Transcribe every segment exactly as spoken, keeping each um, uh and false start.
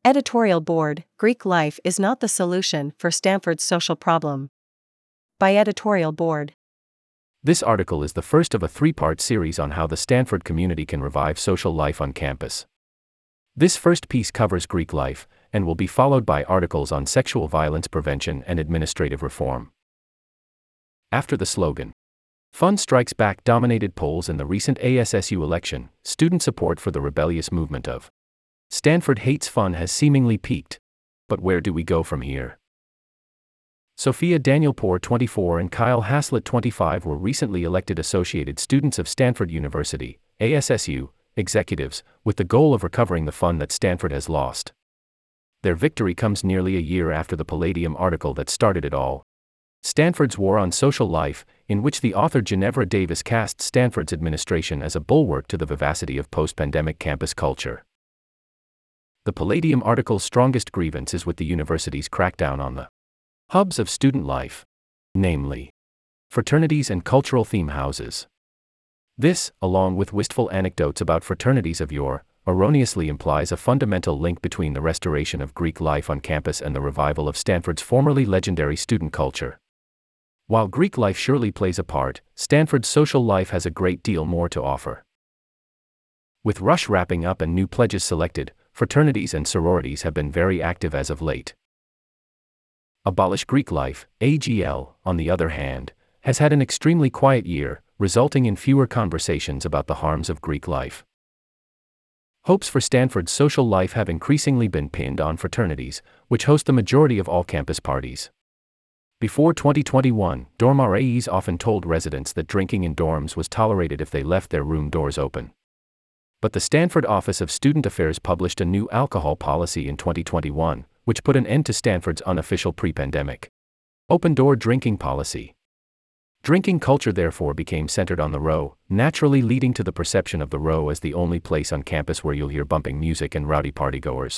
Editorial Board: Greek life is not the solution for Stanford's social problem. By Editorial Board. This article is the first of a three-part series on how the Stanford community can revive social life on campus. This first piece covers Greek life, and will be followed by articles on sexual violence prevention and administrative reform. After the slogan, "Fun Strikes Back" dominated polls in the recent A S S U election, student support for the rebellious movement of Stanford Hates Fun has seemingly peaked. But where do we go from here? Sophia Danielpour, twenty-four, and Kyle Haslett, twenty-five, were recently elected Associated Students of Stanford University, A S S U, executives, with the goal of recovering the fun that Stanford has lost. Their victory comes nearly a year after the Palladium article that started it all, Stanford's War on Social Life, in which the author Ginevra Davis cast Stanford's administration as a bulwark to the vivacity of post-pandemic campus culture. The Palladium article's strongest grievance is with the university's crackdown on the hubs of student life, namely fraternities and cultural theme houses. This, along with wistful anecdotes about fraternities of yore, erroneously implies a fundamental link between the restoration of Greek life on campus and the revival of Stanford's formerly legendary student culture. While Greek life surely plays a part, Stanford's social life has a great deal more to offer. With Rush wrapping up and new pledges selected, fraternities and sororities have been very active as of late. Abolish Greek Life, A G L, on the other hand, has had an extremely quiet year, resulting in fewer conversations about the harms of Greek life. Hopes for Stanford's social life have increasingly been pinned on fraternities, which host the majority of all campus parties. Before twenty twenty-one, dorm R As often told residents that drinking in dorms was tolerated if they left their room doors open. But the Stanford Office of Student Affairs published a new alcohol policy in twenty twenty-one, which put an end to Stanford's unofficial pre-pandemic open-door drinking policy. Drinking culture therefore became centered on the row, naturally leading to the perception of the row as the only place on campus where you'll hear bumping music and rowdy partygoers.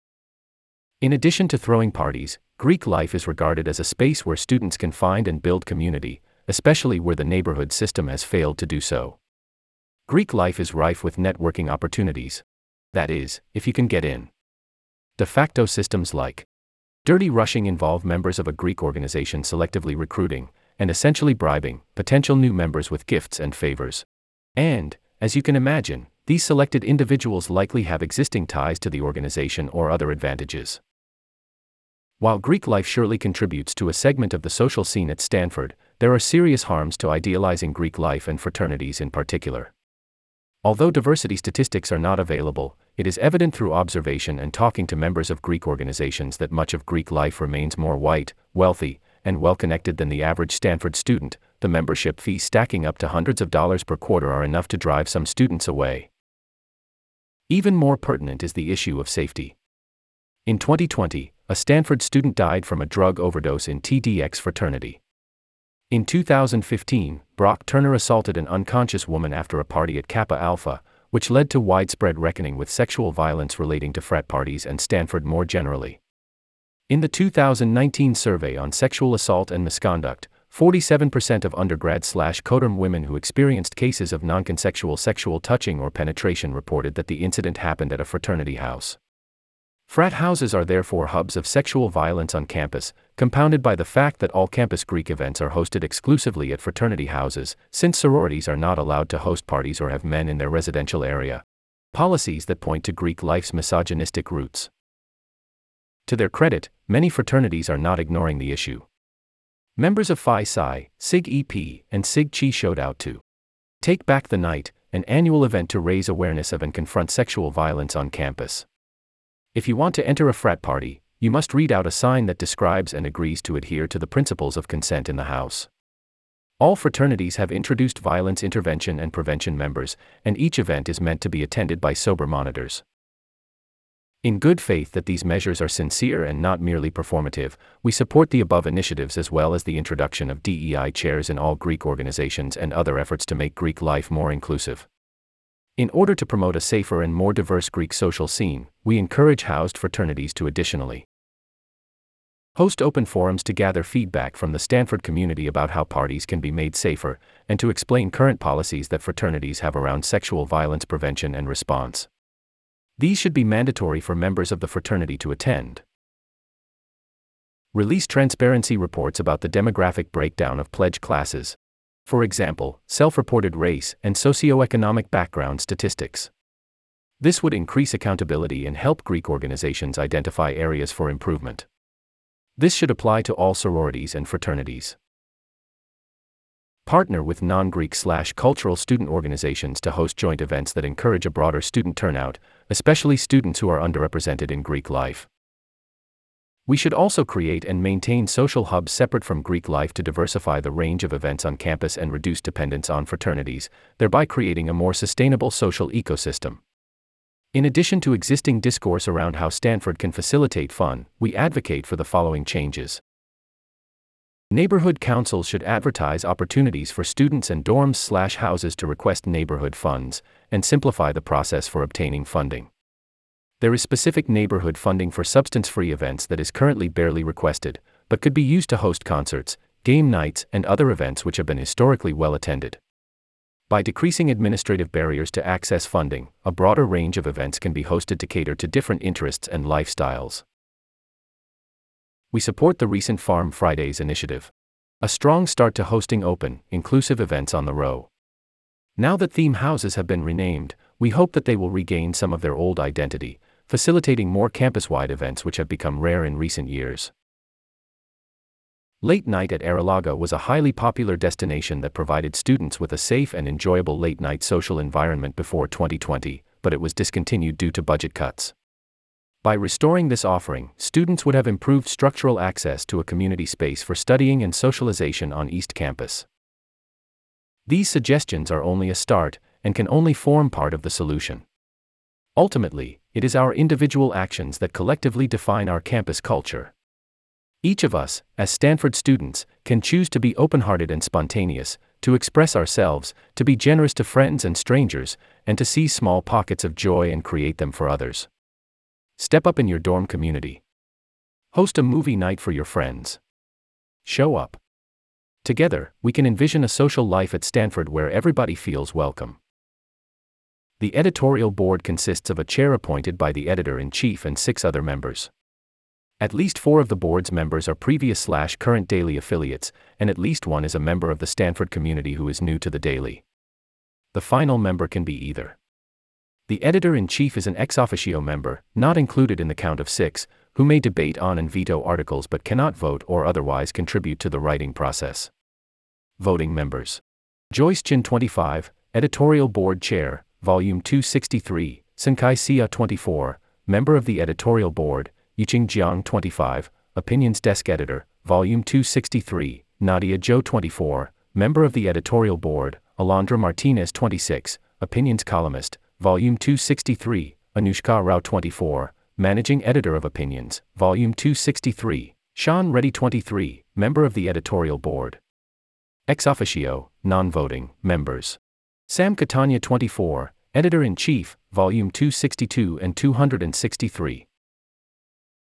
In addition to throwing parties, Greek life is regarded as a space where students can find and build community, especially where the neighborhood system has failed to do so. Greek life is rife with networking opportunities. That is, if you can get in. De facto systems like dirty rushing involve members of a Greek organization selectively recruiting, and essentially bribing, potential new members with gifts and favors. And, as you can imagine, these selected individuals likely have existing ties to the organization or other advantages. While Greek life surely contributes to a segment of the social scene at Stanford, there are serious harms to idealizing Greek life and fraternities in particular. Although diversity statistics are not available, it is evident through observation and talking to members of Greek organizations that much of Greek life remains more white, wealthy, and well-connected than the average Stanford student. The membership fees stacking up to hundreds of dollars per quarter are enough to drive some students away. Even more pertinent is the issue of safety. In twenty twenty, a Stanford student died from a drug overdose in T D X fraternity. In two thousand fifteen, Brock Turner assaulted an unconscious woman after a party at Kappa Alpha, which led to widespread reckoning with sexual violence relating to frat parties and Stanford more generally. In the two thousand nineteen survey on sexual assault and misconduct, forty-seven percent of undergrad-slash-coterm women who experienced cases of non-consensual sexual touching or penetration reported that the incident happened at a fraternity house. Frat houses are therefore hubs of sexual violence on campus, compounded by the fact that all campus Greek events are hosted exclusively at fraternity houses, since sororities are not allowed to host parties or have men in their residential area. Policies that point to Greek life's misogynistic roots. To their credit, many fraternities are not ignoring the issue. Members of Phi Psi, Sig E P, and Sig Chi showed out to Take Back the Night, an annual event to raise awareness of and confront sexual violence on campus. If you want to enter a frat party, you must read out a sign that describes and agrees to adhere to the principles of consent in the house. All fraternities have introduced violence intervention and prevention members, and each event is meant to be attended by sober monitors. In good faith that these measures are sincere and not merely performative, we support the above initiatives as well as the introduction of D E I chairs in all Greek organizations and other efforts to make Greek life more inclusive. In order to promote a safer and more diverse Greek social scene, we encourage housed fraternities to additionally host open forums to gather feedback from the Stanford community about how parties can be made safer, and to explain current policies that fraternities have around sexual violence prevention and response. These should be mandatory for members of the fraternity to attend. Release transparency reports about the demographic breakdown of pledged classes. For example, self-reported race and socioeconomic background statistics. This would increase accountability and help Greek organizations identify areas for improvement. This should apply to all sororities and fraternities. Partner with non-Greek slash cultural student organizations to host joint events that encourage a broader student turnout, especially students who are underrepresented in Greek life. We should also create and maintain social hubs separate from Greek life to diversify the range of events on campus and reduce dependence on fraternities, thereby creating a more sustainable social ecosystem. In addition to existing discourse around how Stanford can facilitate fun, we advocate for the following changes. Neighborhood councils should advertise opportunities for students and dorms slash houses to request neighborhood funds, and simplify the process for obtaining funding. There is specific neighborhood funding for substance-free events that is currently barely requested, but could be used to host concerts, game nights, and other events which have been historically well attended. By decreasing administrative barriers to access funding, a broader range of events can be hosted to cater to different interests and lifestyles. We support the recent Farm Fridays initiative. A strong start to hosting open, inclusive events on the row. Now that theme houses have been renamed, we hope that they will regain some of their old identity, facilitating more campus-wide events which have become rare in recent years. Late Night at Arilaga was a highly popular destination that provided students with a safe and enjoyable late-night social environment before twenty twenty, but it was discontinued due to budget cuts. By restoring this offering, students would have improved structural access to a community space for studying and socialization on East Campus. These suggestions are only a start, and can only form part of the solution. Ultimately, it is our individual actions that collectively define our campus culture. Each of us, as Stanford students, can choose to be open-hearted and spontaneous, to express ourselves, to be generous to friends and strangers, and to see small pockets of joy and create them for others. Step up in your dorm community. Host a movie night for your friends. Show up. Together, we can envision a social life at Stanford where everybody feels welcome. The editorial board consists of a chair appointed by the editor-in-chief and six other members. At least four of the board's members are previous slash current Daily affiliates, and at least one is a member of the Stanford community who is new to the Daily. The final member can be either. The editor-in-chief is an ex officio member, not included in the count of six, who may debate on and veto articles but cannot vote or otherwise contribute to the writing process. Voting members. Joyce Chin twenty-five, Editorial Board Chair, Volume two sixty-three, Senkai Sia twenty-four, Member of the Editorial Board, Yiching Jiang twenty-five, Opinions Desk Editor, Volume two sixty-three, Nadia Zhou twenty-four, Member of the Editorial Board, Alondra Martinez twenty-six, Opinions Columnist, Volume two sixty-three, Anushka Rao twenty-four, Managing Editor of Opinions, Volume two sixty-three, Sean Reddy twenty-three, Member of the Editorial Board. Ex officio, non-voting, members. Sam Catania twenty-four, Editor-in-Chief, Volume two sixty-two and two sixty-three.